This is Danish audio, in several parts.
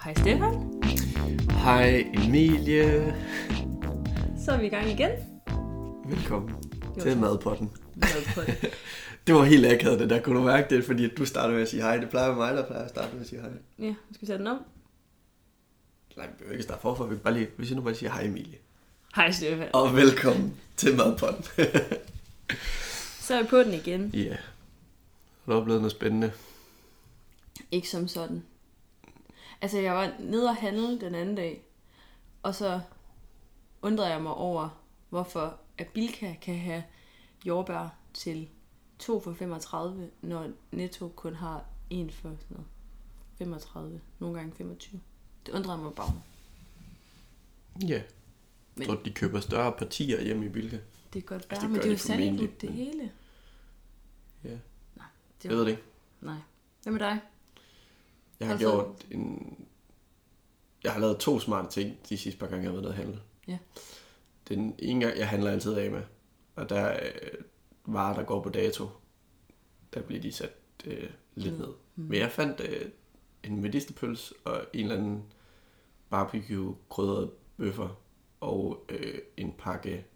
Hej Stefan. Hej Emilie. Så er vi i gang igen. Velkommen til Madpotten. Madpotten. Det var helt akavet det der. Kunne du mærke det? Fordi du startede med at sige hej. Det plejer mig, der plejer at starte med at sige hej. Ja, skal vi sætte den om? Nej, vi vil ikke starte forfra. Vi bare lige, hvis jeg nu bare siger hej Emilie. Hej Stefan. Og velkommen til Madpotten. Så er vi på den igen. Ja. Yeah. Har du oplevet noget spændende? Ikke som sådan. Altså, jeg var nede og handle den anden dag, og så undrede jeg mig over, hvorfor at Bilka kan have jordbær til 2 for 35, når Netto kun har 1 for sådan noget 35, nogle gange 25. Det undrede mig bare. Ja. Jeg tror, de køber større partier hjemme i Bilka. Det er godt Altså, bare, men det er jo særligt det hele. Ja. Nej, jeg ved det ikke. Nej. Hvad med dig? Jeg har gjort Jeg har lavet 2 smarte ting de sidste par gange, jeg har været nede at handle. Ja. Den ene gang, jeg handler altid af med, og der varer, der går på dato, der bliver de sat lidt ned. Men jeg fandt en medisterpølse og en eller anden barbecue krydret bøffer og en pakke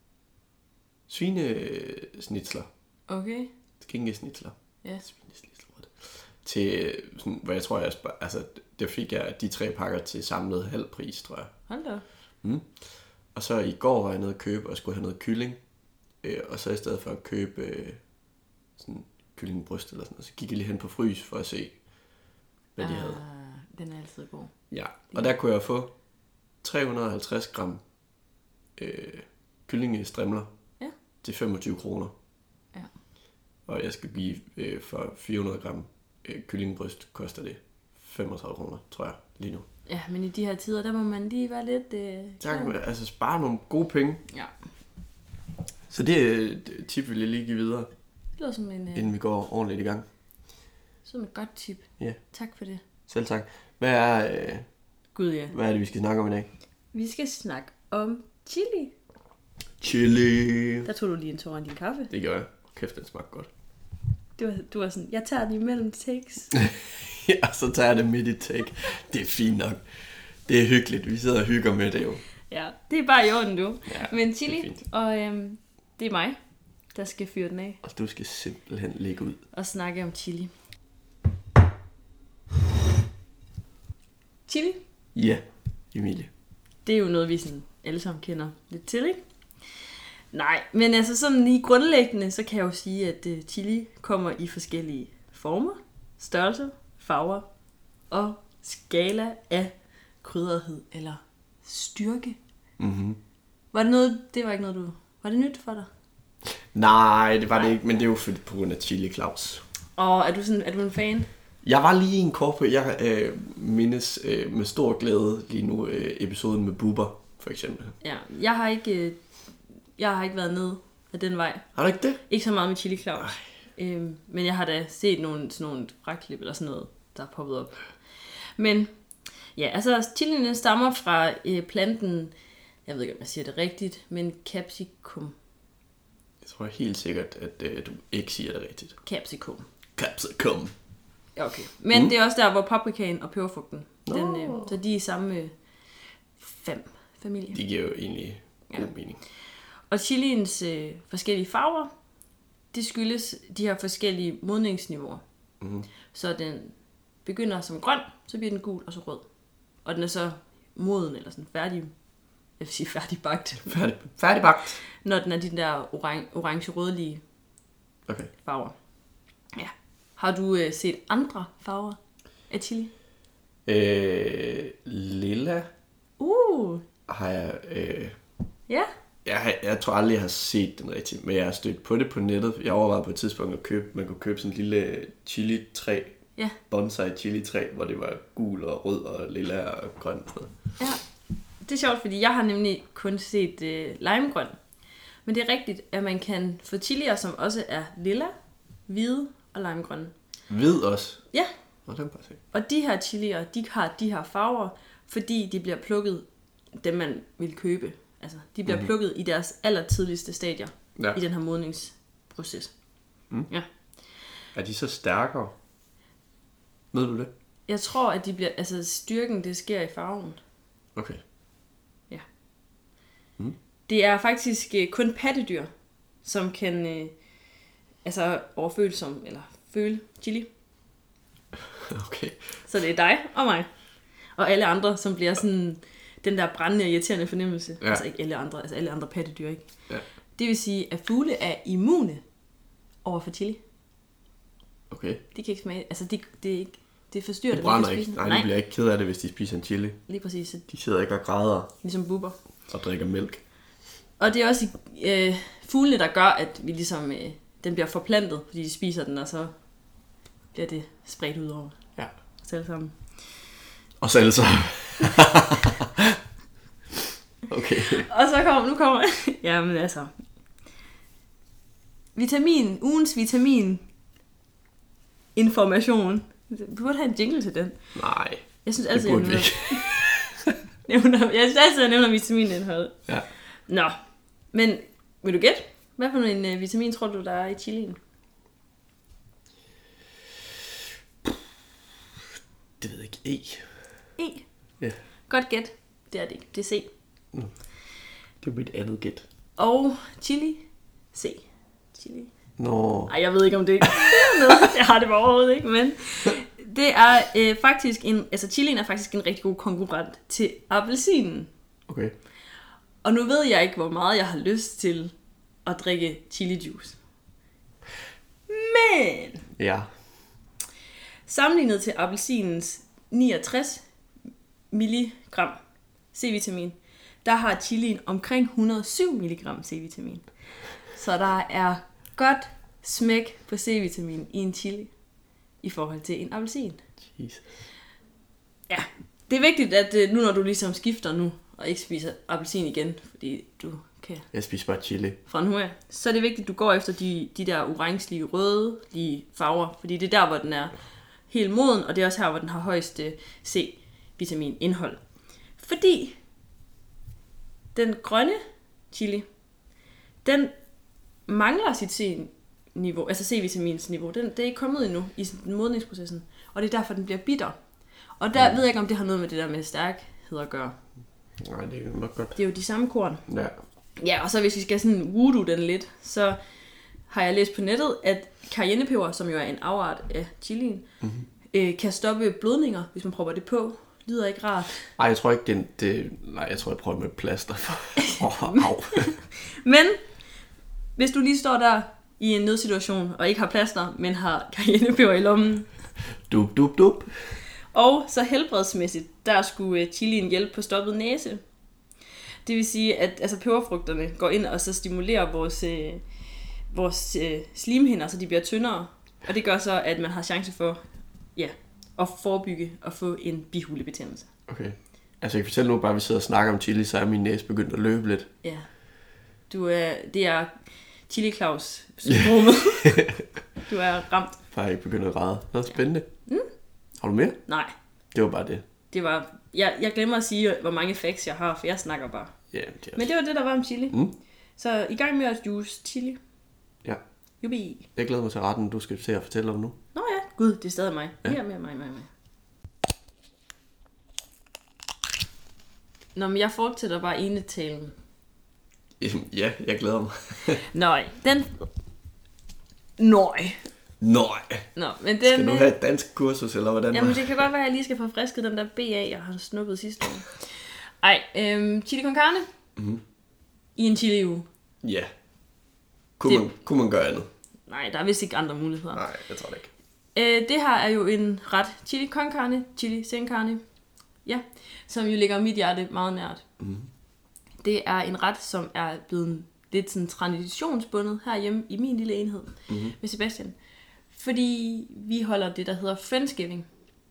svinesnitsler. Okay. Skingesnitsler. Ja. Svinesnitsler. Til sådan, hvad jeg tror, altså der fik jeg de 3 pakker til samlet halv pris, tror jeg. Hold da. Og så i går var jeg nede at købe og skulle have noget kylling. Og så i stedet for at købe sådan kyllingebryst eller sådan noget, så gik jeg lige hen på Frys for at se, hvad de havde. Den er altid god. Ja, og der kunne jeg få 350 gram kyllingestrimler til 25 kroner. Ja. Og jeg skal give for 400 gram kyllingebryst, koster det 35 kroner, tror jeg, lige nu. Ja, men i de her tider, der må man lige være lidt... Der kan man altså spare nogle gode penge. Ja. Så det er et tip, vil jeg lige give videre, Det lyder som en... inden vi går ordentligt i gang. Som et godt tip. Ja. Tak for det. Selv tak. Hvad er det, vi skal snakke om i dag? Vi skal snakke om chili. Chili. Der tog du lige en tår af din kaffe. Det gør jeg. Kæft, den smagte godt. Du var sådan, jeg tager den imellem takes. Ja, så tager jeg det midt i take. Det er fint nok. Det er hyggeligt. Vi sidder og hygger med det jo. Ja, det er bare i orden, du. Ja, men chili, det er fint. og det er mig, der skal fyre den af. Og du skal simpelthen lægge ud. Og snakke om chili. Chili? Ja, Emilie. Det er jo noget, vi sådan alle sammen kender lidt til, ikke? Nej, men altså sådan lige grundlæggende, så kan jeg jo sige, at chili kommer i forskellige former, størrelser, farver og skala af krydderhed eller styrke. Mm-hmm. Var det noget, det var ikke noget, var det nyt for dig? Nej, det var det ikke, men det er jo fyldt på grund af Chili Claus. Og er du en fan? Jeg var lige en kort på, jeg mindes med stor glæde lige nu episoden med Bubber, for eksempel. Ja, jeg har ikke været nede af den vej. Har du ikke det? Ikke så meget med Chili Claus. Men jeg har da set sådan nogle fragtklip eller sådan noget, der er poppet op. Men ja, altså chilien stammer fra planten, jeg ved ikke, om jeg siger det rigtigt, men capsicum. Jeg tror helt sikkert, at du ikke siger det rigtigt. Capsicum. Capsicum. Ja, okay. Men det er også der, hvor paprikaen og peberfrugten, så de er i samme familie. Det giver jo egentlig god mening. Og chiliens forskellige farver, det skyldes de her forskellige modningsniveauer. Mm. Så den begynder som grøn, så bliver den gul og så rød. Og den er så moden eller sådan færdigbagt. Færdigbagt. Når den er de der orange-rødlige farver. Ja. Har du set andre farver af chili? Lilla. Har jeg... Ja. Jeg tror aldrig, jeg har set den rigtigt, men jeg har stødt på det på nettet. Jeg overvejede på et tidspunkt at man kunne købe sådan en lille chili-træ. Ja. Bonsai chili-træ, hvor det var gul og rød og lilla og grøn. Ja, det er sjovt, fordi jeg har nemlig kun set limegrøn. Men det er rigtigt, at man kan få chilier, som også er lilla, hvide og limegrønne. Hvid også? Ja. Og de her chilier, de har de her farver, fordi de bliver plukket, dem man vil købe. Altså, de bliver plukket i deres allertidligste stadier i den her modningsproces. Ja. Er de så stærkere? Ved du det? Jeg tror, at de bliver... Altså, styrken, det sker i farven. Okay. Ja. Mm. Det er faktisk kun pattedyr, som kan overfølsom, eller føle chili. Okay. Så det er dig og mig. Og alle andre, som bliver sådan den der brændende og irriterende fornemmelse. Ja. Altså ikke alle andre, altså alle andre pattedyr, ikke? Ja. Det vil sige, at fugle er immune over for chili. Okay. De kan ikke smage, altså det forstyrrer dem. De brænder ikke. Nej, de bliver ikke ked af det, hvis de spiser en chili. Lige præcis. De sidder ikke og græder. Ligesom buber. Og drikker mælk. Og det er også fuglene, der gør, at vi ligesom, den bliver forplantet, fordi de spiser den, og så bliver det spredt ud over. Ja. Os alle sammen. Os alle sammen. Okay. Og så kommer jamen altså. Ugens vitamin information. Du burde have en jingle til den. Nej. Jeg synes altid, jeg nævner vitaminindhold. Ja. Nå, men vil du gætte? Hvad for en vitamin tror du, der er i chilien? Det ved jeg ikke. E? E? Ja. Godt gæt. Det er det ikke. Det er C. Det er mit andet gæt. Og chili? C. Chili. Nå. Ej, jeg ved ikke, om det er noget. Jeg har det bare overhovedet ikke, men det er faktisk chilien er faktisk en rigtig god konkurrent til appelsinen. Okay. Og nu ved jeg ikke, hvor meget jeg har lyst til at drikke chili juice. Men ja. Sammenlignet til appelsinens 69 milligram C-vitamin, der har chilien omkring 107 milligram C-vitamin. Så der er godt smæk på C-vitamin i en chili i forhold til en appelsin. Jesus. Ja, det er vigtigt, at nu når du ligesom skifter nu, og ikke spiser appelsin igen, fordi du kan... Jeg spiser bare chili. Fra nu af. Så er det vigtigt, at du går efter de der orangelige, røde farver, fordi det er der, hvor den er helt moden, og det er også her, hvor den har højeste C-vitamin-indhold. Fordi den grønne chili, den mangler sit C-niveau, altså C-vitamins niveau. Det er ikke kommet endnu i modningsprocessen, og det er derfor, den bliver bitter. Og der ved jeg ikke, om det har noget med det der med stærkhed at gøre. Nej, det er nok godt. Det er jo de samme korn. Ja. Ja, og så hvis vi skal sådan voodoo den lidt, så har jeg læst på nettet, at cayennepeber, som jo er en afart af chilien, kan stoppe blødninger, hvis man prøver det på. Lyder ikke rart. Nej, jeg tror ikke, jeg tror, jeg prøver med plaster. Men hvis du lige står der i en nødsituation, og ikke har plaster, men har cayennepeber i lommen. Dup. Og så helbredsmæssigt, der skulle chilien hjælpe på stoppet næse. Det vil sige, at peberfrugterne går ind og så stimulerer vores slimhinder, så de bliver tyndere. Og det gør så, at man har chance for at forebygge og få en bihulebetændelse. Okay. Altså jeg kan fortælle nu bare, at vi sidder og snakker om chili, så er min næse begyndt at løbe lidt. Ja. Det er Chili Claus-syndromet. Du er ramt. Bare ikke begyndt at græde. Noget spændende. Har du mere? Nej. Det var bare det. Det var... Jeg glemmer at sige, hvor mange facts jeg har, for jeg snakker bare. Ja, men det var det, der var om chili. Så i gang med at juice chili. Ja. Jubi. Jeg glæder mig til retten, du skal til at fortælle om nu. Nå ja, gud, det er stadig mig. Ja. Mere mig. Nå, men jeg fortsætter bare enetalen. Ja, jeg glæder mig. Nej. Nå, men den... Skal du have et dansk kursus, eller hvordan? Jamen, det kan godt være, at jeg lige skal få frisket den der BA, jeg har snuppet sidste år. Ej, chili con carne i en chili-uge. Ja. Kunne man gøre andet? Nej, der er vist ikke andre muligheder. Nej, jeg tror det ikke. Det her er jo en ret chili con carne, chili sin carne, ja, som jo ligger mit hjerte meget nært. Det er en ret, som er blevet lidt sådan traditionsbundet herhjemme i min lille enhed med Sebastian. Fordi vi holder det, der hedder Friendsgiving.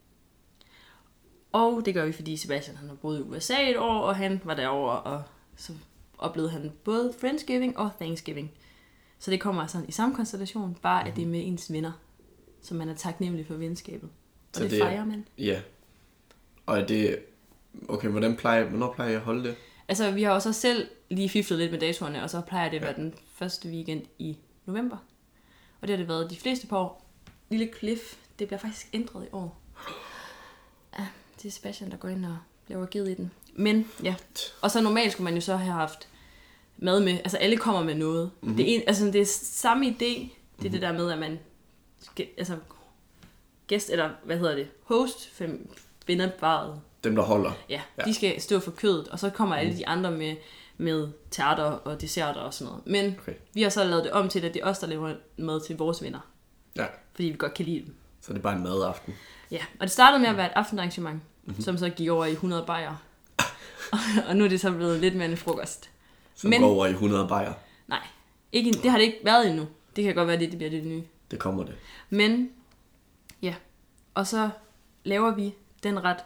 Og det gør vi, fordi Sebastian han har boet i USA et år, og han var derovre, og så oplevede han både Friendsgiving og Thanksgiving. Så det kommer sådan i samme konstellation, bare at det er med ens venner, så man er taknemmelig for venskabet. Og så det fejrer man. Ja. Og er det... Okay, hvornår plejer jeg at holde det? Altså, vi har også selv lige fiflet lidt med datorerne, og så plejer det at være den første weekend i november. Og det har det været de fleste par år. Lille cliff, det bliver faktisk ændret i år. det er Sebastian, der går ind og laver ged i den. Men ja, og så normalt skulle man jo så have haft mad med, altså alle kommer med noget. Mm-hmm. Det er samme idé, det er det der med, at man gæst, eller hvad hedder det, host, finder baret. Dem, der holder. Ja, de skal stå for kødet, og så kommer alle de andre med tærter og desserter og sådan noget. Men vi har så lavet det om til, at det er os, der laver mad til vores venner. Ja. Fordi vi godt kan lide dem. Så det er bare en madaften. Ja, og det startede med at være et aftenarrangement, som så gik over i 100 bajer. Og nu er det så blevet lidt mere en frokost. Som går over i 100 bajer? Nej, det har det ikke været endnu. Det kan godt være, det bliver det nye. Det kommer det. Men, ja. Og så laver vi den ret,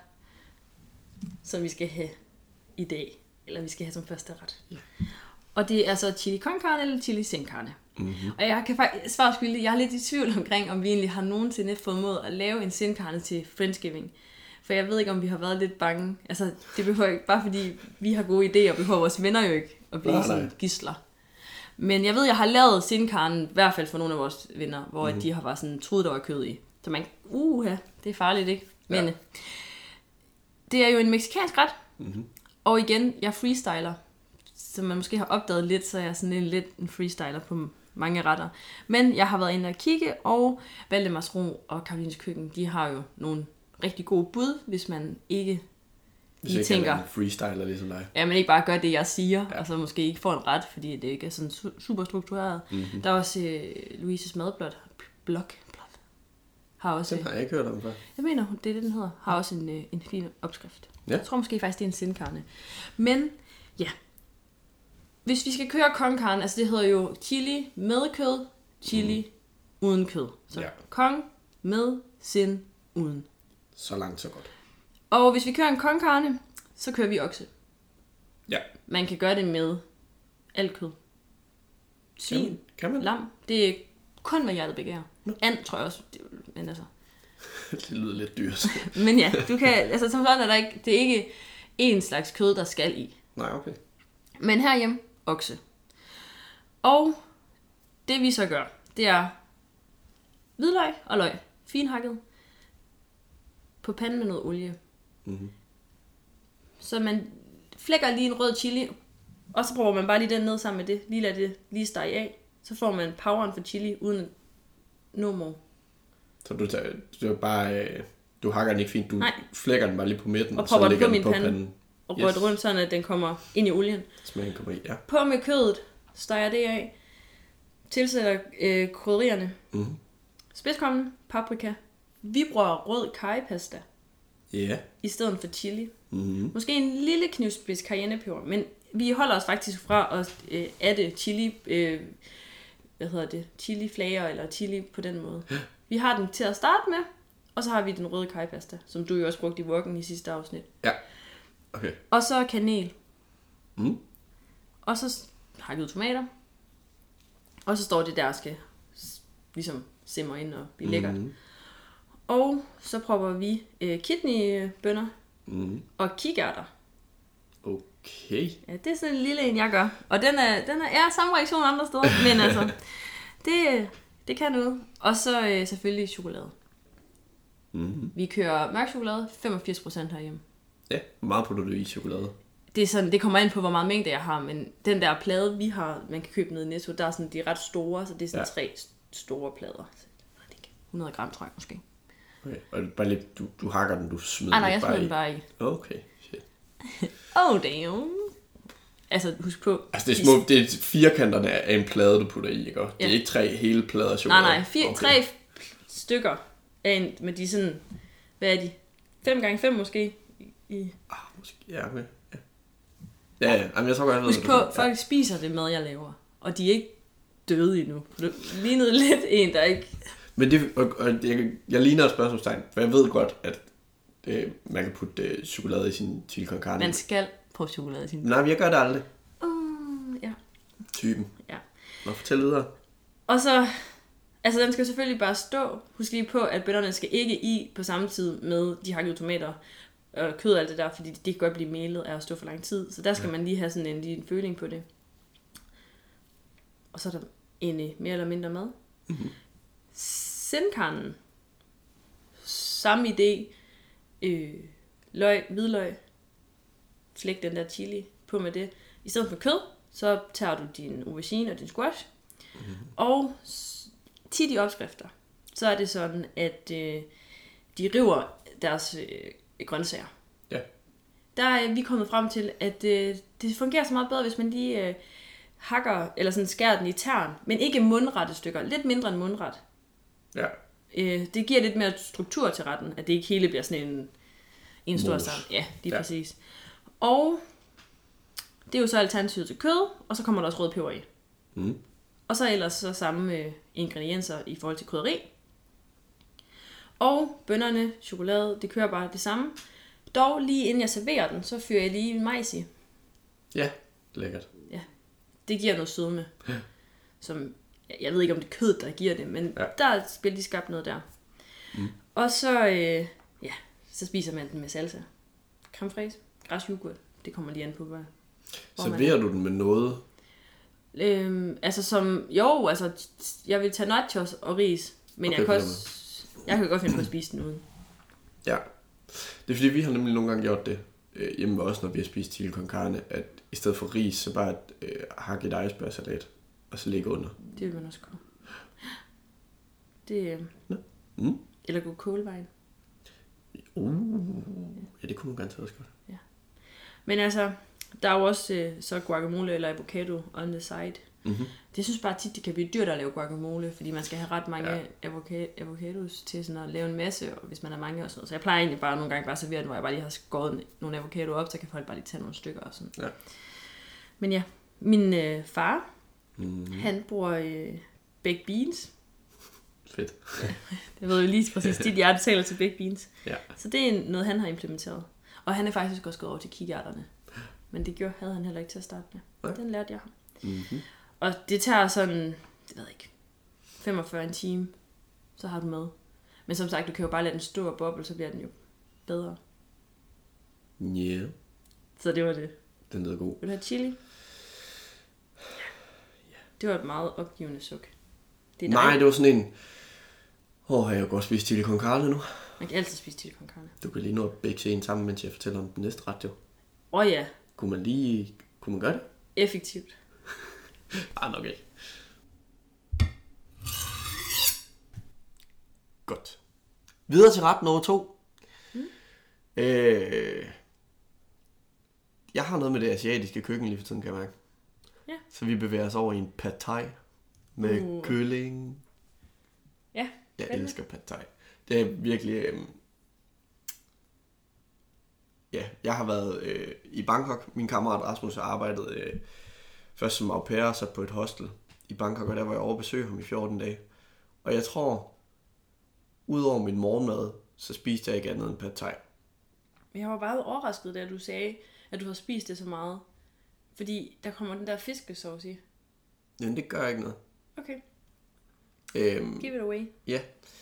som vi skal have i dag. Eller vi skal have som første ret. Ja. Og det er så chili con carne eller chili sin carne. Mm-hmm. Og jeg kan faktisk svare skyldig, jeg er lidt i tvivl omkring, om vi egentlig har nogensinde formået at lave en sin carne til Friendsgiving. For jeg ved ikke, om vi har været lidt bange. Altså, det behøver ikke, bare fordi vi har gode idéer, behøver vores venner jo ikke at blive sådan gidsler. Men jeg ved, jeg har lavet sin carne, i hvert fald for nogle af vores venner, hvor de har bare sådan troet, der var kød i. Så man, det er farligt, ikke? Men det er jo en mexicansk ret. Mm-hmm. Og igen, jeg freestyler. Som man måske har opdaget lidt, så er jeg sådan lidt en freestyler på mange retter. Men jeg har været inde og kigge, og Valdemars Ro og Karolines Køkken, de har jo nogle rigtig gode bud, hvis man ikke lige tænker... Hvis freestyler ligesom dig. Ja, men ikke bare gør det, jeg siger, og så måske ikke får en ret, fordi det ikke er sådan super struktureret. Mm-hmm. Der er også Louises Madblog. Har også, den har jeg ikke hørt om før. Jeg mener, det er det, den hedder. Har også en fin opskrift. Ja. Jeg tror måske faktisk, det er en sindkarne. Men, ja. Hvis vi skal køre con carne, altså det hedder jo chili med kød, chili uden kød. Så con med sind uden. Så langt, så godt. Og hvis vi kører en con carne, så kører vi okse. Ja. Man kan gøre det med alt kød. Svin, kan man? Lam. Det er kun med hjertet begærer. And tror jeg også. Men altså. Det lyder lidt dyrt. Men ja, du kan, altså som sådan er der ikke, det er ikke én slags kød, der skal i. Nej, okay. Men herhjemme, okse. Og det vi så gør, det er hvidløg og løg, finhakket, på panden med noget olie. Mm-hmm. Så man flækker lige en rød chili, og så bruger man bare lige den ned sammen med det, lige lader det lige stege af. Så får man poweren for chili uden no more. Så du bare, du hakker den ikke fint, du flækker den bare lige på midten, og så lægger den på panden. Og rører rundt, sådan at den kommer ind i olien. Smagen kommer i, ja. På med kødet, steger det af, tilsætter krydderierne, spidskommen, paprika. Vi bruger rød karrypasta i stedet for chili. Mm-hmm. Måske en lille knivspids cayennepeber, men vi holder os faktisk fra at adde chili, chiliflager eller chili på den måde. Vi har den til at starte med, og så har vi den røde karrypasta, som du jo også brugte i wok'en i sidste afsnit. Ja. Okay. Og så kanel. Mm. Og så hakket tomater. Og så står det der og skal ligesom simmer ind og blive lækkert. Og så propper vi kidneybønner og kikærter. Okay. Ja, det er sådan en lille en, jeg gør. Og den er samme reaktion andre steder, men altså, det kan noget. Og så selvfølgelig chokolade. Mm-hmm. Vi kører mørk chokolade, 85% herhjemme. Ja, hvor meget putter du i chokolade? Det er sådan, det kommer ind på, hvor meget mængde jeg har, men den der plade, vi har, man kan købe ned i Netto, der er sådan, de er ret store, så det er sådan 3 store plader. 100 gram, tror jeg måske. Okay, og bare lidt, du hakker den, du smider nej, jeg smider den bare i. Okay, shit. Damn. Altså, husk på. Altså, det er firkanterne af en plade, du putter i, ikke? Det er ikke 3 hele plader chokolade. Nej, 3 stykker af en, men de er sådan, hvad er de? 5x5 måske? Måske, ja, okay. Ja, jamen, jeg tror godt, jeg ved, husk på, folk spiser det mad, jeg laver, og de er ikke døde endnu. Det lignede lidt en, der ikke... Men det, jeg ligner et spørgsmålstegn, for jeg ved godt, at man kan putte chokolade i sin chili con carne. Man skal på chokolade i sin... Nej, men jeg gør det aldrig. Ja. Typen. Ja. Nå, fortæl videre. Og så, altså den skal selvfølgelig bare stå. Husk lige på, at bønnerne skal ikke i på samme tid med de hakkede tomater og kød og alt det der, fordi det kan godt blive melet af at stå for lang tid. Så der skal man lige have sådan en føling på det. Og så er der egentlig mere eller mindre mad. Mm-hmm. Sindkarnen. Samme idé. løg, hvidløg, flæk den der chili på med det. I stedet for kød, så tager du din aubergine og din squash. Og tit i opskrifter, så er det sådan, at de river deres grøntsager. Ja. Der er vi kommet frem til, at det fungerer så meget bedre, hvis man lige hakker, eller sådan skærer den i tern, men ikke mundrette stykker, lidt mindre end mundret. Ja. Det giver lidt mere struktur til retten, at det ikke hele bliver sådan en stor sammen. Ja, lige præcis. Og det er jo så alternativet til kød, og så kommer der også rød peber i. Og så ellers så samme ingredienser i forhold til krydderi. Og bønnerne, chokolade, det kører bare det samme. Dog lige inden jeg serverer den, så fyrer jeg lige majs i. Ja, lækkert. Ja, det giver noget sødme. Som, jeg ved ikke om det er kød, der giver det, men der bliver lige skabt noget der. Og så, så spiser man den med salsa. Creme fraise, græs yoghurt, det kommer lige an på, hvor serverer du den med noget? Jeg vil tage nachos og ris, men okay, jeg kan godt finde på at spise den uden. Ja. Det er fordi, vi har nemlig nogle gange gjort det hjemme også, når vi har spist chili con carne, at i stedet for ris, så bare hakke et icebergsalat, og så ligge under. Det vil man også kunne. Det eller gå kålvejen. Ja, det kunne man gerne også godt. Ja. Men altså, der er jo også så guacamole eller avocado on the side. Det synes bare tit, det kan blive dyrt at lave guacamole, fordi man skal have ret mange avocados til sådan at lave en masse, og hvis man har mange og sådan noget. Så jeg plejer egentlig bare nogle gange bare at servere den, hvor jeg bare lige har skåret nogle avocado op, så kan folk bare lige tage nogle stykker og sådan. Ja. Men ja, min far, han bruger baked beans. Fedt. Ja, det ved jo lige præcis, dit hjerte taler til baked beans. Ja. Så det er noget, han har implementeret. Og han er faktisk også gået over til kikærterne. Men det havde han heller ikke til at starte med. Ja. Den lærte jeg ham. Og det tager sådan, det ved jeg ikke, 45 en time, så har du med. Men som sagt, du kan jo bare lade den stå og boble, så bliver den jo bedre. Ja. Yeah. Så det var det. Den lyder god. Vil du have chili? Ja. Det var et meget opgivende suk. Nej, det var sådan en... har jeg godt spist chili con carne nu? Man kan altid spise chili con carne. Du kan lige nå at bække en sammen, mens jeg fortæller om den næste ret, jo. Ja. Kunne man gøre det? Effektivt. Nok ikke. Godt. Videre til ret nummer 2. Jeg har noget med det asiatiske køkken lige for tiden, kan jeg mærke. Ja. Så vi bevæger os over i en pad thai med kylling. Ja. Jeg elsker pad thai. Det er virkelig... jeg har været i Bangkok. Min kammerat Rasmus har arbejdet først som au pair, så på et hostel i Bangkok, og der var jeg over at besøge ham i 14 dage. Og jeg tror, udover min morgenmad, så spiste jeg ikke andet end pad thai. Jeg var bare overrasket, da du sagde, at du har spist det så meget. Fordi der kommer den der fiskesauce i. Men det gør ikke noget. Okay. Give it away. Ja.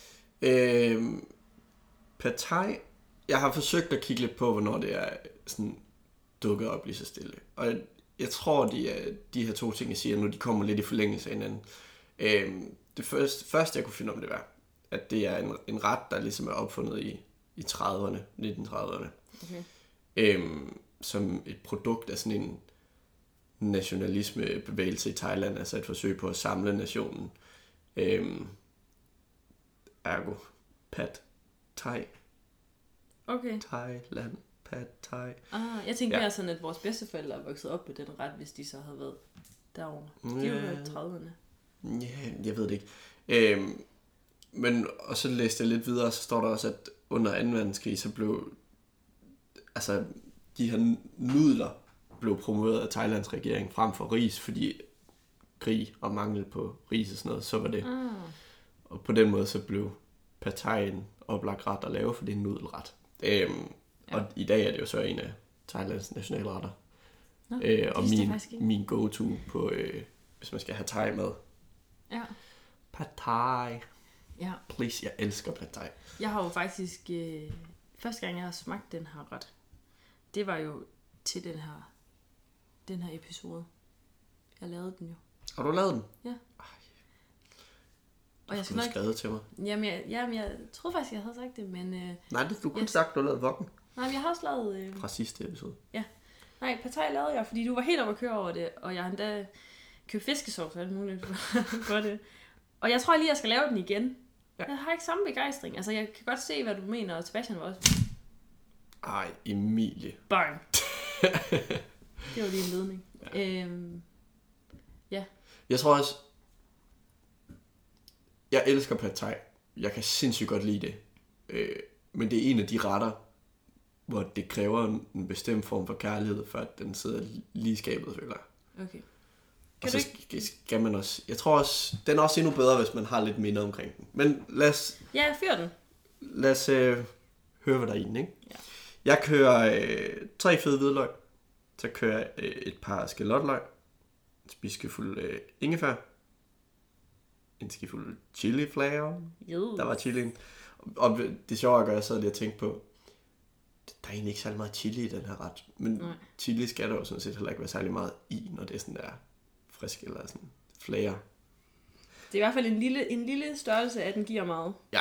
Pad thai. Jeg har forsøgt at kigge lidt på, hvornår det er sådan dukket op lige så stille. Og jeg tror, de her to ting, jeg siger nu, de kommer lidt i forlængelse af hinanden. Det første, jeg kunne finde om det var, at det er en ret, der ligesom er opfundet i 30'erne, 1930'erne. Okay. Som et produkt af sådan en nationalismebevægelse i Thailand, altså et forsøg på at samle nationen. Ergo pad thai. Okay. Thailand, pad thai. Jeg tænkte mere sådan, at vores bedsteforældre er vokset op med den ret, hvis de så havde været derovre. De er jo i 30'erne. Ja, jeg ved det ikke. Men, og så læste jeg lidt videre, så står der også, at under 2. verdenskrig, så blev altså de her nudler blev promoveret af Thailands regering frem for ris, fordi krig og mangel på ris og sådan noget, så var det. Og på den måde så blev pad thai en oplagt ret at lave, for det er en nudelret. Og i dag er det jo så en af Thailands nationalretter. Og min go-to på, hvis man skal have thai med. Ja. Pad thai. Ja. Please, jeg elsker pad thai. Jeg har jo faktisk, første gang jeg har smagt den her ret, det var jo til den her episode. Jeg lavede den jo. Har du lavet den? Ja. Og jeg skrevet til mig. Jamen, jeg troede faktisk, jeg havde sagt det, men... Nej, du kunne sagt, du lavede vokken. Nej, men jeg har også lavet... Fra sidste episode. Ja. Nej, pad thai lavede jeg, fordi du var helt oppe at køre over det, og jeg har endda købt fiskesovs og alt muligt for det. Og jeg tror lige, jeg skal lave den igen. Ja. Jeg har ikke samme begejstring. Altså, jeg kan godt se, hvad du mener, og Sebastian var også... Ej, Emilie. Bang! Det var lige en ledning. Ja. Ja. Jeg tror også... Jeg elsker pad thai. Jeg kan sindssygt godt lide det. Men det er en af de retter, hvor det kræver en bestemt form for kærlighed, for at den sidder lige i skabet, føler jeg. Okay. Og så skal man også... Jeg tror også, den er også endnu bedre, hvis man har lidt minder omkring den. Men lad os... Ja, fyr den. Lad os høre, hvad der er i den, ikke? Ja. Jeg kører 3 fede hvidløg. Så kører jeg et par skalotløg. En spiseskefuld ingefær. En skefuld chiliflager. Der var chilien. Og det sjove at gøre, jeg sad lige og tænkte på, der er egentlig ikke særlig meget chili i den her ret. Men chili skal der jo sådan set heller ikke være særlig meget i, når det er sådan der frisk eller sådan flager. Det er i hvert fald en lille størrelse, at den giver meget. Ja.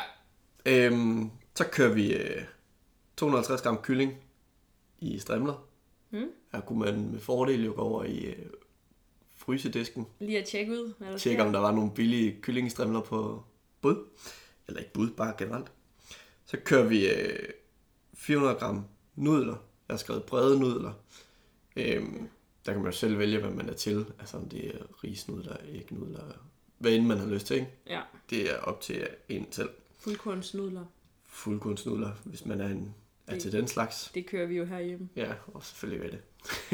Så kører vi 250 gram kylling i strimler. Her kunne man med fordel jo gå over i frysedisken. Lige at tjekke ud. Tjekke om der var nogle billige kyllingestrimler på bud. Eller ikke bud, bare generelt. Så kører vi 400 gram nudler. Jeg har skrevet brede nudler. Der kan man jo selv vælge, hvad man er til. Altså om det er risnudler, ægnudler, hvad end man har lyst til, ikke? Ja. Det er op til en selv. Fuldkornsnudler. Fuldkornsnudler, hvis man er til den slags. Det kører vi jo herhjemme. Ja, og selvfølgelig ved det.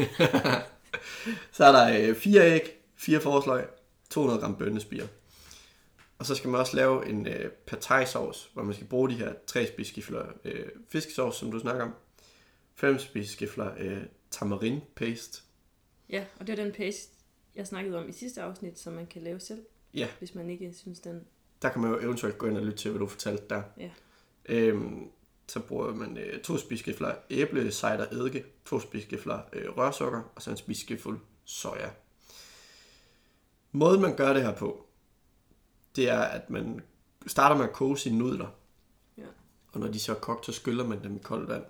Så er der 4 æg, 4 forårsløg, 200 gram bønnespirer. Og så skal man også lave en pad thai sauce, hvor man skal bruge de her 3 spiseskefler fiskesauce, som du snakker om. 5 spiseskefler tamarind paste. Ja, og det er den paste, jeg snakkede om i sidste afsnit, som man kan lave selv. Ja. Hvis man ikke synes den... Der kan man jo eventuelt gå ind og lytte til, hvad du fortalte der. Ja. Så bruger man 2 spiseskefler æble, cider, eddike, 2 spiseskefler rørsukker, og så en spiseskefuld soja. Måden man gør det her på, det er, at man starter med at koge sine nudler. Ja. Og når de så er kogt, så skyller man dem i koldt vand.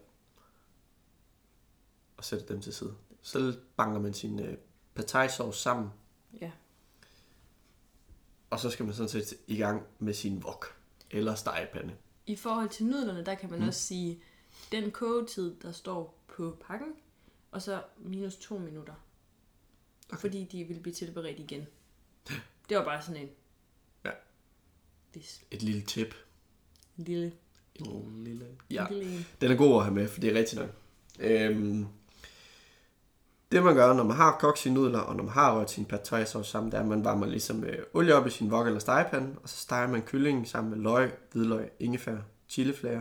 Og sætter dem til side. Så banker man sin pad thai sauce sammen. Ja. Og så skal man sådan set i gang med sin wok eller stegepande. I forhold til nudlerne, der kan man også sige, den kogetid, der står på pakken, og så minus 2 minutter. Okay. Fordi de vil blive tilberedt igen. Det var bare sådan en... Ja. Hvis. Et lille tip. En lille. Ja, en lille. Den er god at have med, for det er rigtigt nok. Det man gør, når man har kogt sine nudler, og når man har rørt sin pad thai sauce sammen, det er, at man varmer ligesom olie op i sin wok eller stegepande, og så steger man kyllingen sammen med løg, hvidløg, ingefær, chiliflager,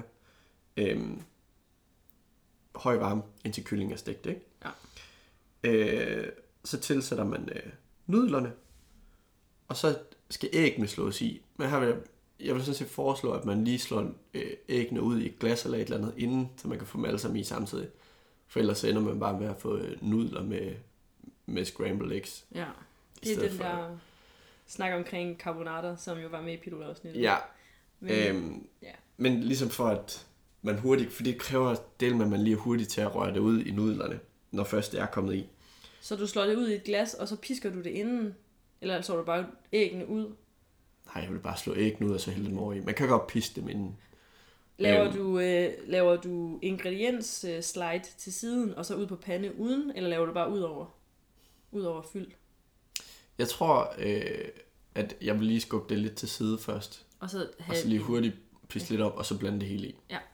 høj varme, indtil kyllingen er stegt, ikke? Ja. Så tilsætter man nudlerne, og så skal æggene slås i. Men her vil jeg vil sådan set foreslå, at man lige slår æggene ud i et glas eller et eller andet inden, så man kan få dem alle sammen i samtidig. For ellers ender man bare med at få nudler med scrambled eggs. Ja, det er den der snak omkring carbonater, som jo var med i pilotafsnittet. Ja. Men ligesom for at man hurtigt, for det kræver del med, at man lige er hurtigt til at røre det ud i nudlerne, når først det er kommet i. Så du slår det ud i et glas, og så pisker du det inden? Eller så du bare æggene ud? Nej, jeg vil bare slå æggene ud, og så hælde dem over i. Man kan godt piske dem inden. Laver du ingrediens slide til siden, og så ud på pande uden, eller laver du bare ud over fyld? Jeg tror, at jeg vil lige skubbe det lidt til side først. Og så lige hurtigt piske lidt op, og så blande det hele i. Ja.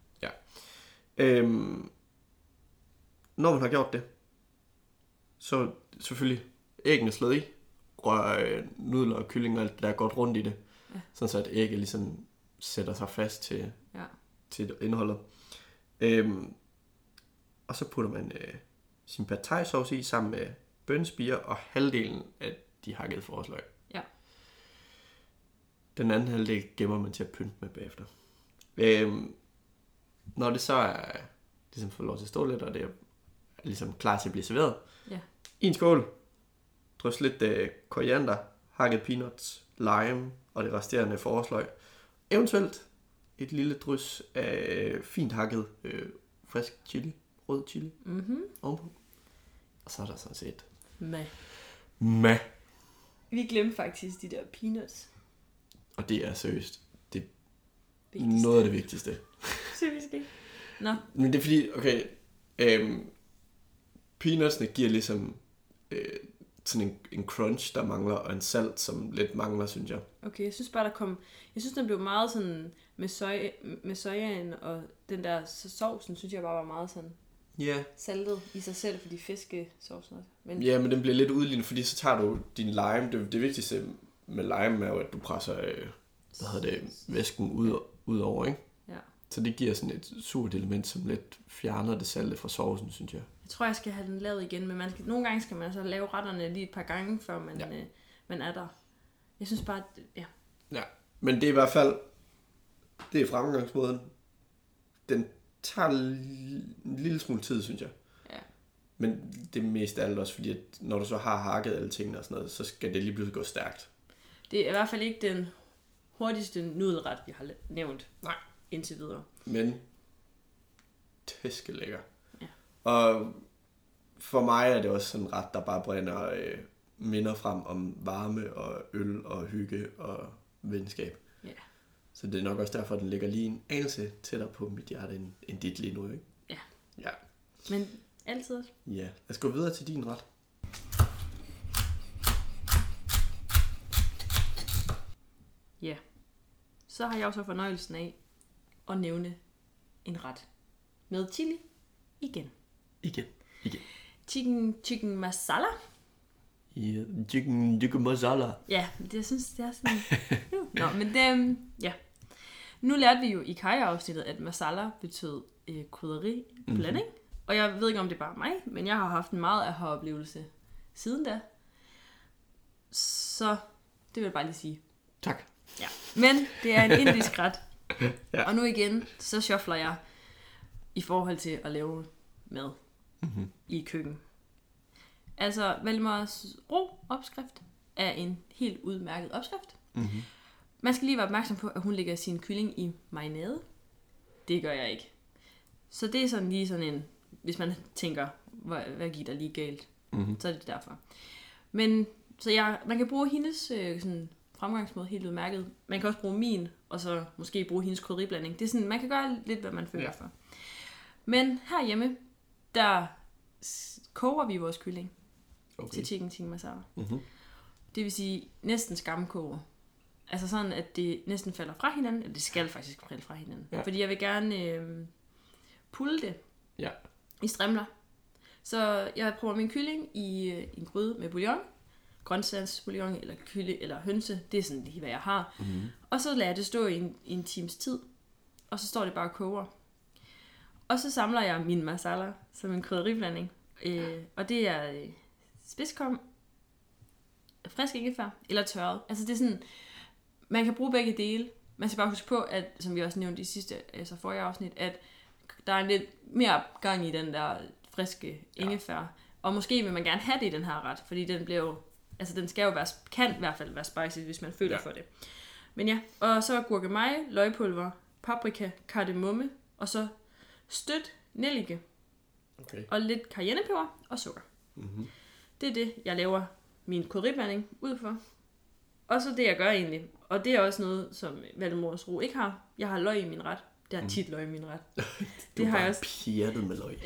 Når man har gjort det, så selvfølgelig æggene slået i, rør nudler og kylling og alt det der godt rundt i det, sådan så at ægget ligesom sætter sig fast til indholdet. Og så putter man sin pad thai sauce i sammen med bønnespirer og halvdelen af de hakkede forårsløg. Ja. Den anden halvdel gemmer man til at pynte med bagefter. Når det så er ligesom får lov til at stå lidt, og det er ligesom klar til at blive serveret. Ja. I en skål, drys lidt koriander, hakket peanuts, lime og det resterende forårsløg. Eventuelt et lille drys af fint hakket frisk chili, rød chili ovenpå. Og så er der sådan set ma. Vi glemte faktisk de der peanuts. Og det er seriøst. Det er Vigtigste. noget af det vigtigste. Seriøst ikke? Nå. Men det er fordi, okay, peanutsene giver ligesom sådan en crunch, der mangler, og en salt, som lidt mangler, synes jeg. Okay, jeg synes bare, jeg synes, den blev meget sådan med sojaen, og den der sovsen, synes jeg bare var meget sådan saltet i sig selv, fordi fiskesovsen også. Men den bliver lidt udlignet, fordi så tager du din lime. Det vigtigste med lime er jo, at du presser væsken ud over, ikke? Ja. Så det giver sådan et surt element, som lidt fjerner det salte fra sovsen, synes jeg. Jeg tror, jeg skal have den lavet igen, men nogle gange skal man altså lave retterne lige et par gange, før man er der. Jeg synes bare, Ja, men det er i hvert fald, det er fremgangsmåden. Den tager en lille smule tid, synes jeg. Ja. Men det er mest af alt også, fordi at når du så har hakket alle tingene og sådan noget, så skal det lige pludselig gå stærkt. Det er i hvert fald ikke den hurtigste nudelret, vi har nævnt. Nej. Indtil videre. Men tæskelækker. Ja. Og for mig er det også sådan en ret, der bare brænder minder frem om varme og øl og hygge og venskab. Ja. Så det er nok også derfor, at den ligger lige en anelse tættere på mit hjerte end dit lige nu, ikke? Ja. Ja. Men altid også. Ja. Lad os gå videre til din ret. Ja. Så har jeg også fornøjelsen af at nævne en ret med chili igen. Igen. Chicken masala. Ja, chicken masala. Ja, det synes det er sådan. Nå, men det, ja. Nu lærte vi jo i Kaja-afsnittet, at masala betød krydderi blanding. Og jeg ved ikke, om det er bare mig, men jeg har haft en meget aha-oplevelse siden da. Så det vil jeg bare lige sige. Tak. Ja. Men det er en indisk ret. Ja. Og nu igen, så shuffler jeg i forhold til at lave mad i køkken. Altså, Valdemars Ro opskrift er en helt udmærket opskrift. Man skal lige være opmærksom på, at hun lægger sin kylling i marinade. Det gør jeg ikke. Så det er sådan lige sådan en, hvis man tænker, hvad giver der lige galt, så er det derfor. Men, så man kan bruge hendes sådan fremgangsmåde helt udmærket. Man kan også bruge min, og så måske bruge hendes krydderiblanding. Det er sådan, man kan gøre lidt, hvad man føler for. Men herhjemme, der koger vi vores kylling til chicken masala. Det vil sige næsten skamkoger. Altså sådan, at det næsten falder fra hinanden. Eller det skal faktisk falde fra hinanden. Ja. Fordi jeg vil gerne pulle det i strimler. Så jeg prøver min kylling i en gryde med bouillon. Grøntsagsbouillon eller hønse. Det er sådan lige, hvad jeg har. Og så lader jeg det stå i en times tid. Og så står det bare og koger. Og så samler jeg min masala som en krydderiblanding. Og det er spidskom, frisk ingefær eller tørret. Altså det er sådan, man kan bruge begge dele. Man skal bare huske på, at som vi også nævnte i forrige afsnit, at der er lidt mere gang i den der friske ingefær. Og måske vil man gerne have det i den her ret, fordi den bliver jo, altså den skal jo kan i hvert fald være spicy, hvis man føler for det. Men ja, og så gurkemeje, løgpulver, paprika, kardemomme, og så stødt nellike. Og lidt cayennepeber og sukker. Det er det, jeg laver min krydderiblanding ud for. Og så det, jeg gør egentlig. Og det er også noget, som Valdemars Ro ikke har. Jeg har løg i min ret. Det har tit løg i min ret. Det har jeg også. Pjattet med løg.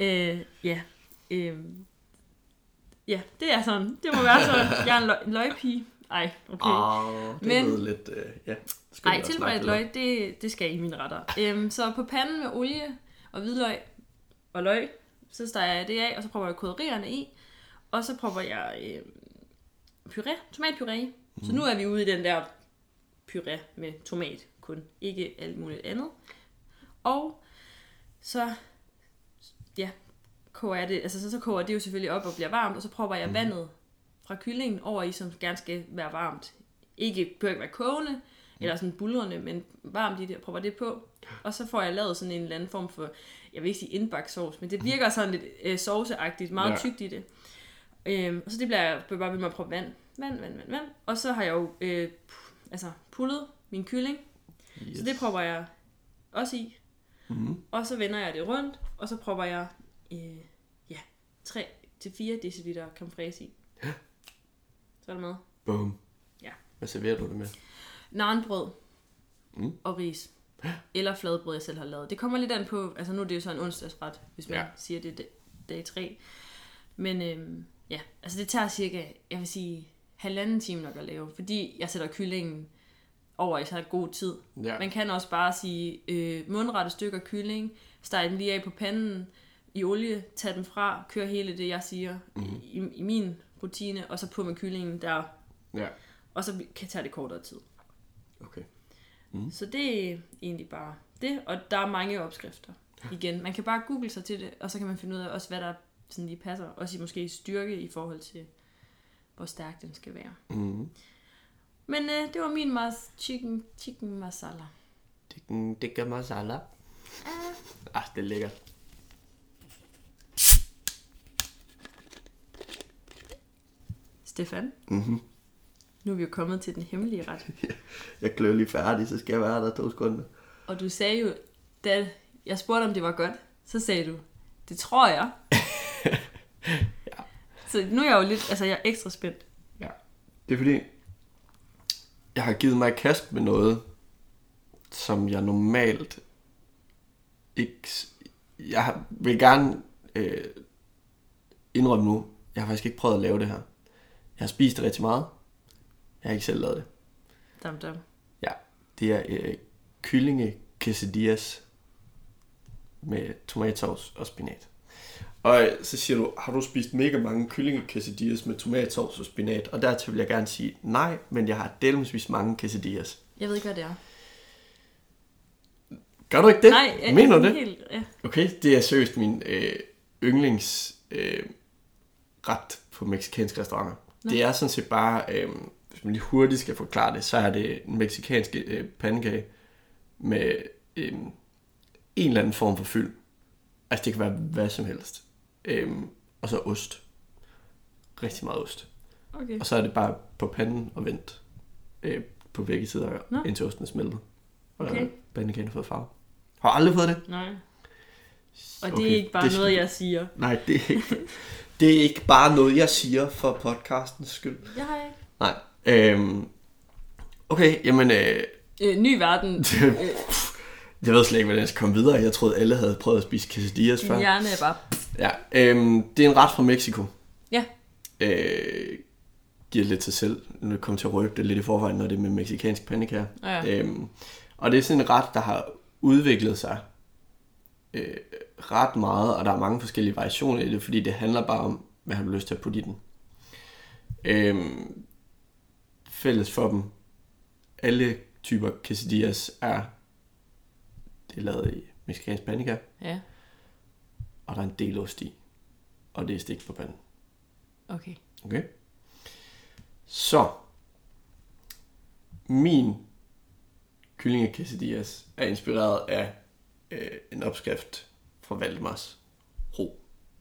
Ja, det er sådan. Det må være sådan. Jeg er en løgpige. Ej, okay. Det er lidt, ej, tilberedt løg, det skal i mine retter. Så på panden med olie og hvidløg og løg, så steger jeg det af, og så prøver jeg krydderierne i. Og så prøver jeg tomatpuré. Så nu er vi ude i den der puré med tomat kun, ikke alt muligt andet. Og så koger jeg det, altså så koger det jo selvfølgelig op og bliver varmt, og så prøver jeg vandet fra kyllingen over i, som gerne skal være varmt. Bør ikke være kogende, eller sådan buldrende, men varmt i det, og prøver det på. Og så får jeg lavet sådan en eller anden form for, jeg vil ikke sige indbagt sovs, men det virker sådan lidt sauceagtigt, meget tykt i det. Og så det bliver jeg bare ved med at prøve vand. Og så har jeg jo pullet min kylling. Yes. Så det prøver jeg også i. Og så vender jeg det rundt, og så propper jeg 3-4 dl creme fraise i. Ja. Så er det med. Boom. Ja. Hvad serverer du det med? Naanbrød og ris. Eller fladbrød, jeg selv har lavet. Det kommer lidt an på, altså nu er det jo så en onsdagsret, hvis man siger, det er dag 3. Men altså det tager cirka, jeg vil sige, 1,5 time nok at lave, fordi jeg sætter kyllingen over i så god tid. Ja. Man kan også bare sige mundrette stykker kylling, stege dem lige af på panden i olie, tage dem fra, køre hele det, jeg siger, i min rutine, og så på med kyllingen der. Ja. Og så kan tage det kortere tid. Okay. Så det er egentlig bare det, og der er mange opskrifter. Igen, man kan bare google sig til det, og så kan man finde ud af også, hvad der sådan lige passer. Også i måske styrke i forhold til, hvor stærk den skal være. Men det var min chicken masala. Tikka masala. Det er lækkert. Stefan? Nu er vi jo kommet til den hemmelige ret. Jeg klør lige færdig, så skal jeg være der 2 sekunder. Og du sagde jo, da jeg spurgte, om det var godt, så sagde du, det tror jeg. Ja. Så nu er jeg jo lidt, altså jeg er ekstra spændt. Ja, det er fordi, jeg har givet mig i kast med noget, som jeg normalt ikke... Jeg vil gerne indrømme nu, jeg har faktisk ikke prøvet at lave det her. Jeg har spist det rigtig meget. Jeg har ikke selv lavet det. Dam. Ja, det er kyllinge quesadillas med tomatsauce og spinat. Og så siger du, har du spist mega mange kyllinge quesadillas med tomatsauce og spinat? Og dertil vil jeg gerne sige nej, men jeg har delvis spist mange quesadillas. Jeg ved ikke, hvad det er. Gør du ikke det? Nej, mener du det? Helt, ja. Okay, det er seriøst min yndlings ret på mexicanske restauranter. Nå. Det er sådan set bare, hvis man lige hurtigt skal forklare det, så er det en mexicansk pandekage med en eller anden form for fyld. Altså det kan være hvad som helst. Og så ost. Rigtig meget ost. Okay. Og så er det bare på panden og vendt på begge sider, indtil osten er smeltet. Okay. Og pandekagen har fået farve. Har du aldrig fået det? Nej. Og det er ikke bare noget, jeg siger. Nej, det er ikke bare noget, jeg siger for podcastens skyld. Jeg har ikke. Nej. Okay, jamen... ny verden. Jeg ved slet ikke, hvordan jeg skal komme videre. Jeg troede, alle havde prøvet at spise quesadillas før. Min hjerne er bare... Ja, det er en ret fra Mexico. Ja. Giver lidt sig selv. Nu kommer til at røbe det lidt i forvejen, når det er med mexicansk pandekager. Ja. Og det er sådan en ret, der har udviklet sig ret meget, og der er mange forskellige variationer i det, fordi det handler bare om, hvad har du lyst til at putte i den. Fælles for dem, alle typer quesadillas det er lavet i mexicansk pandekager. Ja. Og der er en del ost i, og det er stegt på panden. Okay. Så min kyllinge quesadillas er inspireret af en opskrift fra Valdemars Ro.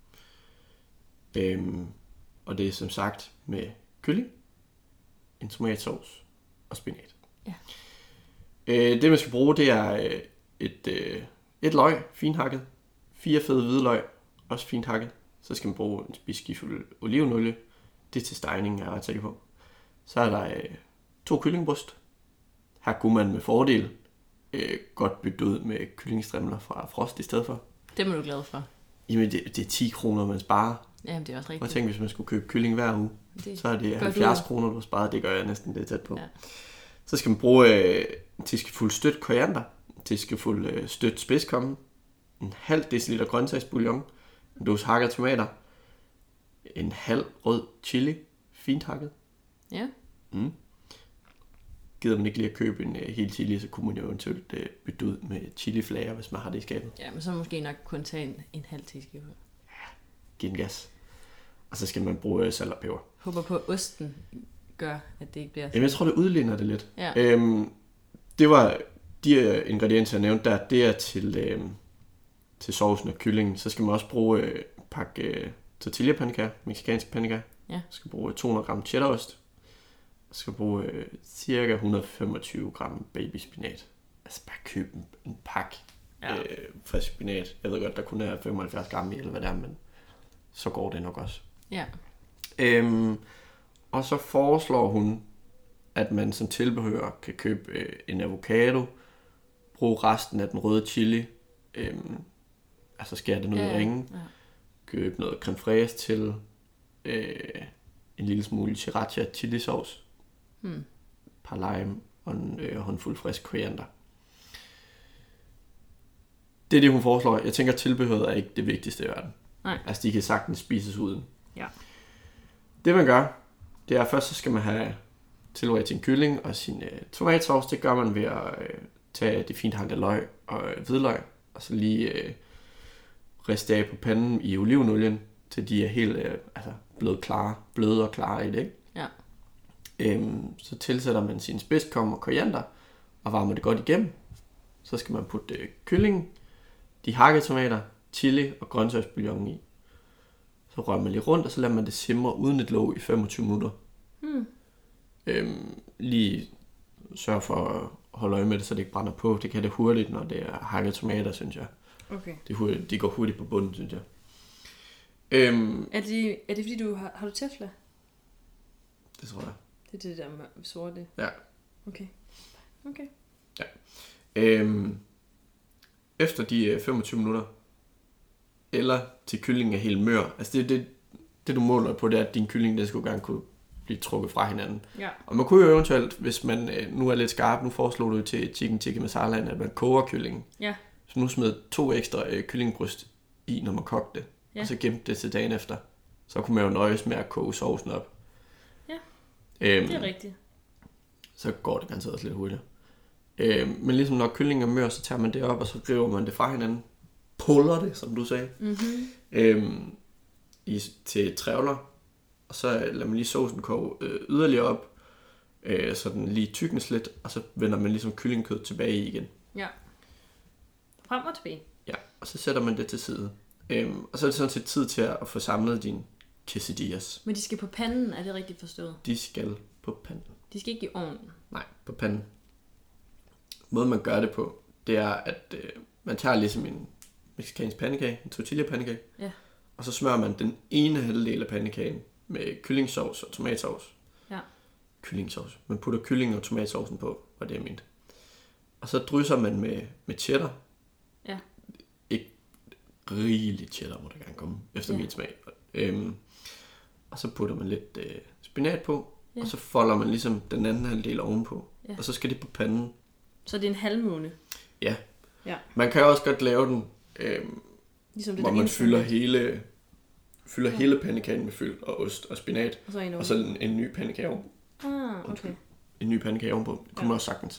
Og det er som sagt med kylling, en tomatsauce og spinat. Ja. Det man skal bruge, det er et løg, finhakket, 4 fede hvidløg, også fint hakket. Så skal man bruge en spiseskefuld olivenolie. Det er til stegningen, jeg er ret sikker på. Så er der 2 kyllingebryst. Her kunne man med fordel godt bytte ud med kyllingestrimler fra Frost i stedet for. Det er du glad for. Jamen det er 10 kroner, man sparer. Jamen det er også rigtigt. Og tænk, hvis man skulle købe kylling hver uge, så er det 70 kroner, du har sparet. Det gør jeg næsten lidt tæt på. Ja. Så skal man bruge en teskefuld stødt koriander, en teskefuld stødt spidskommen, en halv deciliter grøntsagsbouillon, en dåse hakkede tomater, en halv rød chili, fint hakket. Ja. Gider man ikke lige at købe en hel chili, så kunne man jo eventuelt bytte ud med chiliflager, hvis man har det i skabet. Ja, men så måske nok kun tage en halv teske. Ja, giv en gas. Og så skal man bruge salt og peber. Håber på, at osten gør, at det ikke bliver... Jamen, jeg tror, det udligner det lidt. Ja. Det var de ingredienser, jeg nævnte der, det er til sovsen og kyllingen. Så skal man også bruge pakke tortilla-pandekager, mexicansk pandekager. Ja. Så skal bruge 200 gram cheddarost. Så skal bruge cirka 125 gram babyspinat. Altså bare køb en pakke. frisk spinat. Jeg ved godt, der kun er 75 gram i, eller hvad det er, men så går det nok også. Ja. Og så foreslår hun, at man som tilbehør kan købe en avocado, bruge resten af den røde chili, altså skære det ned i ringen, købe noget creme fraise til, en lille smule sriracha chili sauce, par lime og en håndfuld frisk koriander. Det er det, hun foreslår. Jeg tænker, at tilbehøret er ikke det vigtigste i verden. Nej. Altså, de kan sagtens spises uden. Ja. Det man gør, det er først, så skal man have tilberedt sin kylling og sin tomatsauce. Det gør man ved at tage de fint hakkede løg og hvidløg, og så lige riste af på panden i olivenolien, til de er helt blevet klare, bløde og klare i det, ikke? Ja. Så tilsætter man sin spidskom og koriander, og varmer det godt igennem. Så skal man putte kyllingen, de hakkede tomater, chili og grøntsagsbouillon i. Så rører man lige rundt, og så lader man det simre uden et låg i 25 minutter. Lige sørg for at holde øje med det, så det ikke brænder på. Det kan det hurtigt, når det er hakkede tomater, synes jeg. Okay. De går hurtigt på bunden, synes jeg. Er det fordi du har du tefla? Det tror jeg. Det er det der sorte. Ja. Okay. Ja. Efter de 25 minutter, eller til kyllingen er helt mør, altså det du måler på, det er, at din kylling, den skulle gerne kunne blive trukket fra hinanden. Ja. Og man kunne jo eventuelt, hvis man nu er lidt skarp, nu foreslår du til chicken tikka masala, at man koger kyllingen. Ja. Så nu smed 2 ekstra kyllingbryst i, når man kogte det, og så gemte det til dagen efter. Så kunne man jo nøjes med at koge sovsen op. Ja, det er rigtigt. Så går det garanteret også lidt hurtigt. Men ligesom når kyllingen er mør, så tager man det op, og så river man det fra hinanden. Puller det, som du sagde. Til trævler. Og så lader man lige sovsen koge yderligere op, så den lige tyknes lidt, og så vender man ligesom kyllingkød tilbage i igen. Ja. Frem og tilbage. Ja, og så sætter man det til side. Og så er det sådan set tid til at få samlet dine quesadillas. Men de skal på panden, er det rigtigt forstået? De skal på panden. De skal ikke i ovnen? Nej, på panden. Måden man gør det på, det er, at man tager ligesom en mexicansk pandekage, en tortilla pandekage, og så smører man den ene halvdel af pandekagen med kyllingsovs og tomatsovs. Ja. Kyllingsovs. Man putter kylling og tomatsovsen på, og det er mint. Og så drysser man med cheddar. Ja. Ikke rigeligt cheddar, må der gerne komme, efter min smag. Og så putter man lidt spinat på, og så folder man ligesom den anden halvdel ovenpå. Og så skal det på panden. Så det er en halvmåne? Ja. Man kan også godt lave den, ligesom det, hvor man fylder hele pandekagen med fyld og ost og spinat, og så en ny pandekage ovenpå. Okay. En ny pandekage ovenpå. Det kunne man også sagtens.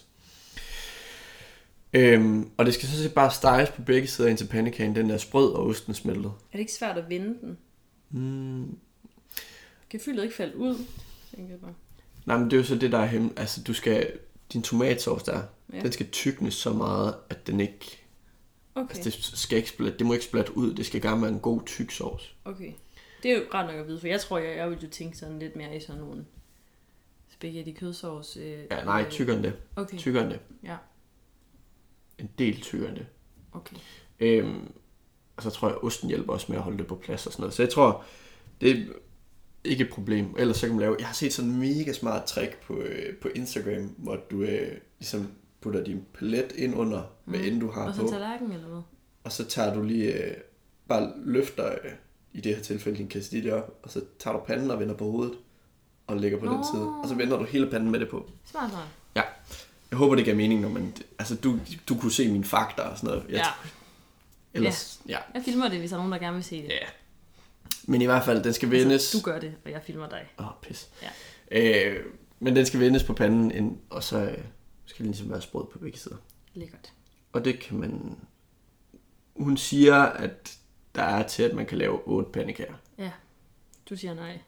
Og det skal så set bare steges på begge sider, indtil pandekagen den er sprød og osten smeltet. Er det ikke svært at vende den? Kan fyldet ikke falde ud? Jeg bare. Nej, men det er jo så det, der er altså din tomatsauce der, den skal tyknes så meget, at den ikke... Okay. Altså det må ikke splatte ud, det skal gerne være en god tyk sauce. Okay. Det er jo ret nok at vide, for jeg tror, jeg ville jo tænke sådan lidt mere i sådan nogle spaghetti kødsauce. Ja, nej, tykkere end det. Okay. Tykkere end det. Ja. En del tykkere end det. Okay. Og så tror jeg, at osten hjælper også med at holde det på plads og sådan noget. Så jeg tror, det er ikke et problem. Ellers så kan man lave... Jeg har set sådan en mega smart trick på Instagram, hvor du ligesom putter din palet ind under, hvad end du har på. Og så tallerken eller hvad? Og så tager du lige... bare løfter... i det her tilfælde din quesadilla op, og så tager du panden og vender på hovedet, og lægger på den side, og så vender du hele panden med det på. Smart. Ja. Jeg håber, det gav mening, når man... Altså, du kunne se mine fakta og sådan noget. Ellers, ja. Jeg filmer det, hvis der er nogen, der gerne vil se det. Ja. Men i hvert fald, den skal vendes... Altså, du gør det, og jeg filmer dig. Pis. Ja. Men den skal vendes på panden, og så skal den ligesom være sprød på begge sider. Lækkert. Og det kan man... Hun siger, at der er til, at man kan lave 8 pandekager. Ja, du siger nej.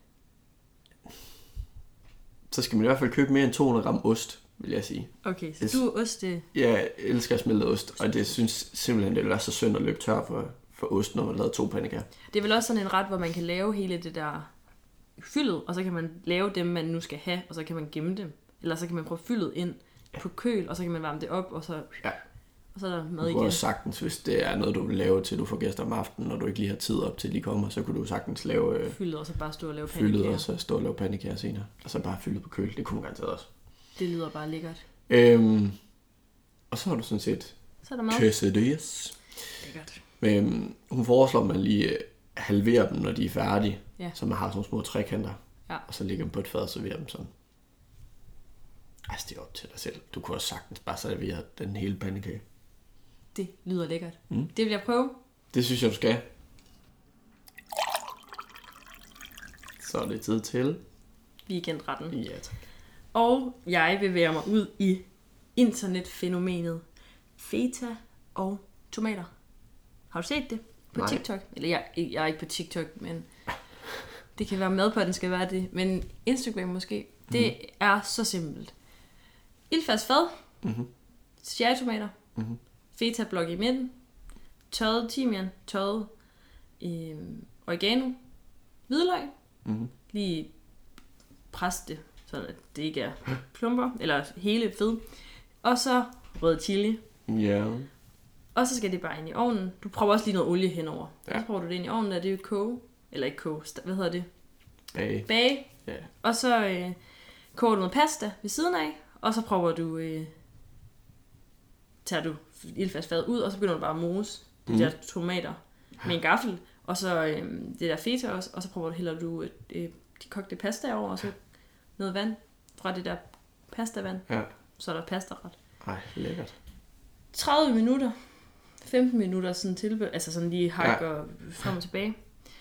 Så skal man i hvert fald købe mere end 200 gram ost, vil jeg sige. Okay, så du er ost... Ja, jeg elsker smeltet ost, og det synes simpelthen, det vil være så synd at løbe tør for ost, når man laver 2 pandekager. Det er vel også sådan en ret, hvor man kan lave hele det der fyldet, og så kan man lave dem, man nu skal have, og så kan man gemme dem. Eller så kan man prøve fyldet ind på køl, og så kan man varme det op, og så og så er der mad Du igen. kunne også sagtens, hvis det er noget, du vil lave til du får gæster om aftenen, og du ikke lige har tid op til de kommer, så kunne du sagtens lave Fyldet, og så bare stå og lave fyldet, pandekager. og så stå og lave pandekager senere. Og så bare fyldet på køl. Det kunne man garanteret også. Det lyder bare lækkert. Og så har du sådan set Så er der mad. quesadillas. Lækkert. Hun foreslår, at man lige halverer dem, når de er færdige. Ja. Så man har sådan nogle små trekanter. Ja. Og så lægger dem på et fad og serverer dem sådan. Altså, det er op til dig selv. Du kunne også sagtens bare servere den hele pandekage. Det lyder lækkert. Det vil jeg prøve. Det synes jeg, du skal. Så er det tid til Weekendretten. ja, tak. Og jeg bevæger mig ud i internetfænomenet feta og tomater. Har du set det på Nej. TikTok? Eller jeg er ikke på TikTok, men det kan være med på, at den skal være det. Men Instagram måske. Det er så simpelt. Ildfast fad. Cherrytomater. Feta-blok i midten. Tørret timian. Tørret oregano. Hvidløg. Lige presse det, så det ikke er klumper, eller hele fed. Og så rød chili. Ja. Og så skal det bare ind i ovnen. Du prøver også lige noget olie henover. Ja. Så prøver du det ind i ovnen, og det er jo koge. Eller ikke koge, hvad hedder det? Bage. Bage. Ja. Og så koger du noget pasta ved siden af, og så prøver du, tager du ildfast fad ud, og så begynder du bare at mose de der tomater med en gaffel, og så det der feta også, og så prøver du, hælder du de kogte pasta over, og så noget vand fra det der pastavand, Ja. så er der pastaret. Ej, lækkert. 30 minutter, 15 minutter sådan altså sådan lige hak og frem og tilbage.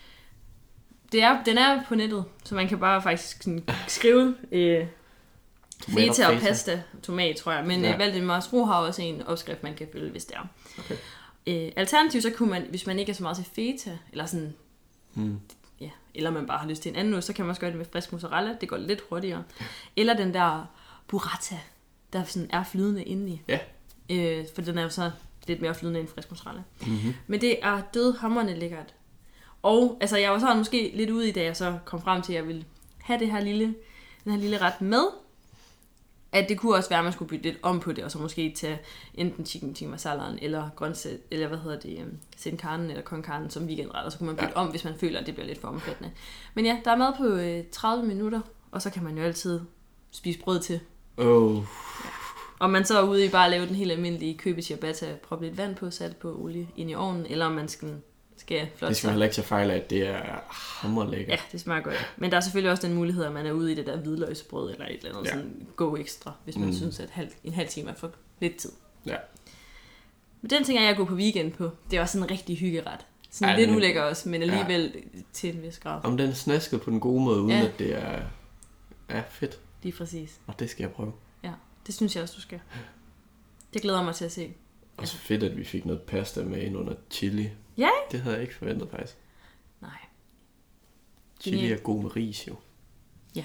Den er på nettet, så man kan bare faktisk sådan skrive feta og pasta, tomat tror jeg, men Valdemars Ro har også en opskrift, man kan følge, hvis det er. Okay. Alternativt så kunne man, hvis man ikke er så meget til feta, eller sådan, ja, eller man bare har lyst til en anden ost, så kan man også gøre det med frisk mozzarella, det går lidt hurtigere. Eller den der burrata, der sådan er flydende indeni. Ja. For den er jo så lidt mere flydende end frisk mozzarella. Men det er dødhamrende lækkert. Og altså, jeg var så måske lidt ude i, da jeg så kom frem til, at jeg ville have den her lille ret med. At det kunne også være, at man skulle bytte lidt om på det, og så måske tage enten chicken tikka masalaen, eller grøntsæt, eller sin carne, eller con carne som weekendret, og så kunne man bytte om, hvis man føler, at det bliver lidt for omfattende. Men ja, der er mad på 30 minutter, og så kan man jo altid spise brød til. Og man så er ude i bare at lave den helt almindelige købe ciabatta, proppe lidt vand på, sætte på olie ind i ovnen, eller om man skal flot. Det skal man heller ikke tage fejl af, at det er hammerlækkert. Ja, det smager godt. Men der er selvfølgelig også den mulighed, at man er ude i det der hvidløgsbrød, eller et eller andet sådan go ekstra, hvis man synes, at en halv time er for lidt tid. Ja. Men den ting er jeg går på weekend på. Det er også sådan en rigtig hyggeret. Sådan lidt ulækker også, men alligevel til en vis grad. Om den snasket på den gode måde, uden at det er fedt. Lige præcis. Og det skal jeg prøve. Ja, det synes jeg også, du skal. Det glæder mig til at se. Og så fedt, at vi fik noget pasta med ind under chili. Ja. Det havde jeg ikke forventet faktisk. Nej. Chili er god med ris jo. Ja.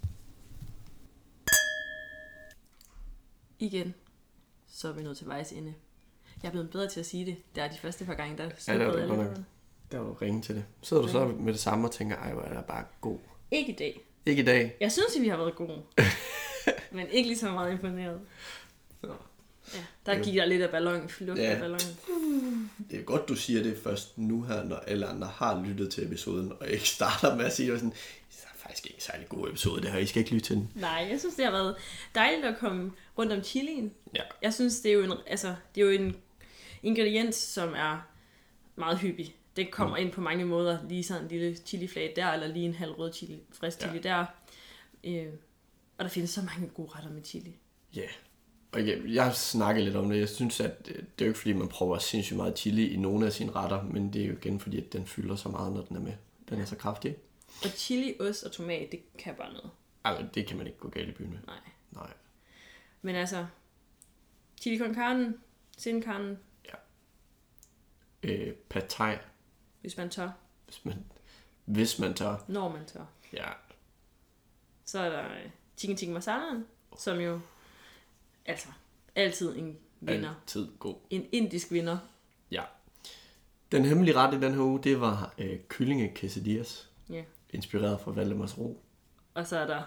Igen, så er vi nået til vejs ende. Jeg er blevet bedre til at sige det. Det er de første par gange, der sluttede jeg lidt. Der var du ringe til det. Sidder du så med det samme og tænker, ej, hvor er der bare god. Ikke i dag. Ikke i dag? Jeg synes, at vi har været gode. Men ikke lige så meget imponeret. Så. Ja, der gik der lidt af ballon, luft af ballonen. Det er godt, du siger det først nu her, når alle andre har lyttet til episoden, og ikke starter med at sige, sådan, det er faktisk ikke en særlig god episode, det her, I skal ikke lytte til den. Nej, jeg synes, det har været dejligt at komme rundt om chilien. Ja. Jeg synes, det er jo en ingrediens, som er meget hyppig. Det kommer ind på mange måder, lige sådan en lille chiliflag der, eller lige en halv rød chili, frisk chili der. Og der findes så mange gode retter med chili. Ja, og jeg har snakket lidt om det. Jeg synes, at det er jo ikke fordi, man prøver sindssygt meget chili i nogle af sine retter, men det er jo igen fordi, at den fylder så meget, når den er med. Den er så kraftig. Og chili, ost og tomat, det kan bare noget. Altså, det kan man ikke gå galt i byen med. Nej. Men altså, chili con carne, sin carne. Ja. Pad thai. Hvis man tør. Hvis man tør. Når man tør. Ja. Så er der chicken tikka masalaen, som jo altså altid en vinder. Altid god. En indisk vinder. Ja. Den hemmelige ret i den her uge, det var kyllinge quesadillas. Ja. Inspireret fra Valdemars Ro. Og så er der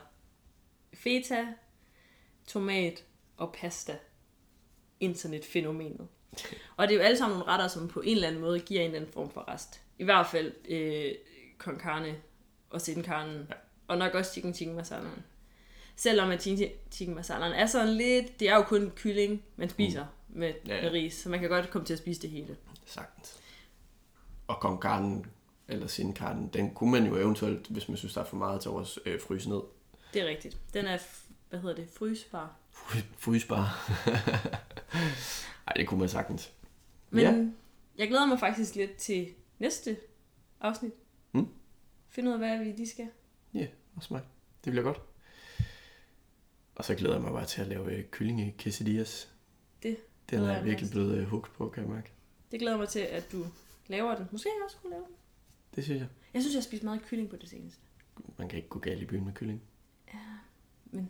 feta, tomat og pasta. Internetfænomenet. Og det er jo alle sammen nogle retter, som på en eller anden måde giver en eller anden form for rest. I hvert fald con carne og sin carne, og nok også chicken masalaen. Selvom at chicken masalaen er sådan lidt, det er jo kun kylling, man spiser med ris, så man kan godt komme til at spise det hele. Sagtens. Og con carne eller sin carne, den kunne man jo eventuelt, hvis man synes, der er for meget til overs, fryse ned. Det er rigtigt. Den er, frysbar. Frysbar. Ej, det kunne man sagtens. Men jeg glæder mig faktisk lidt til næste afsnit. Finde ud af, hvad vi lige skal. Ja, også mig. Det bliver godt. Og så glæder jeg mig bare til at lave kylling quesadillas. Den er virkelig blevet hooked på, kan jeg mærke. Det glæder mig til, at du laver den. Måske jeg også kunne lave den. Det synes jeg. Jeg synes, jeg har spist meget kylling på det seneste. Man kan ikke gå galt i byen med kylling. Ja, men...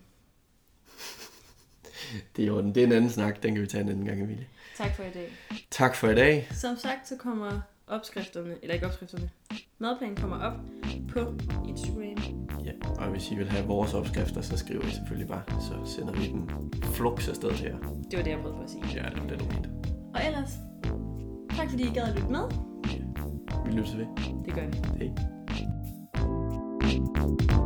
Det er jo det er en anden snak. Den kan vi tage en anden gang, Emilie. Tak for i dag. Tak for i dag. Som sagt, så kommer madplanen kommer op på Instagram. Ja, og hvis I vil have vores opskrifter, så skriver I selvfølgelig bare. Så sender vi den flux afsted til jer. Det var det, jeg prøvede på at sige. Ja, det er fint. Og ellers, tak fordi I gad at lytte med. Ja, vi lytter ved. Det gør vi. Hej.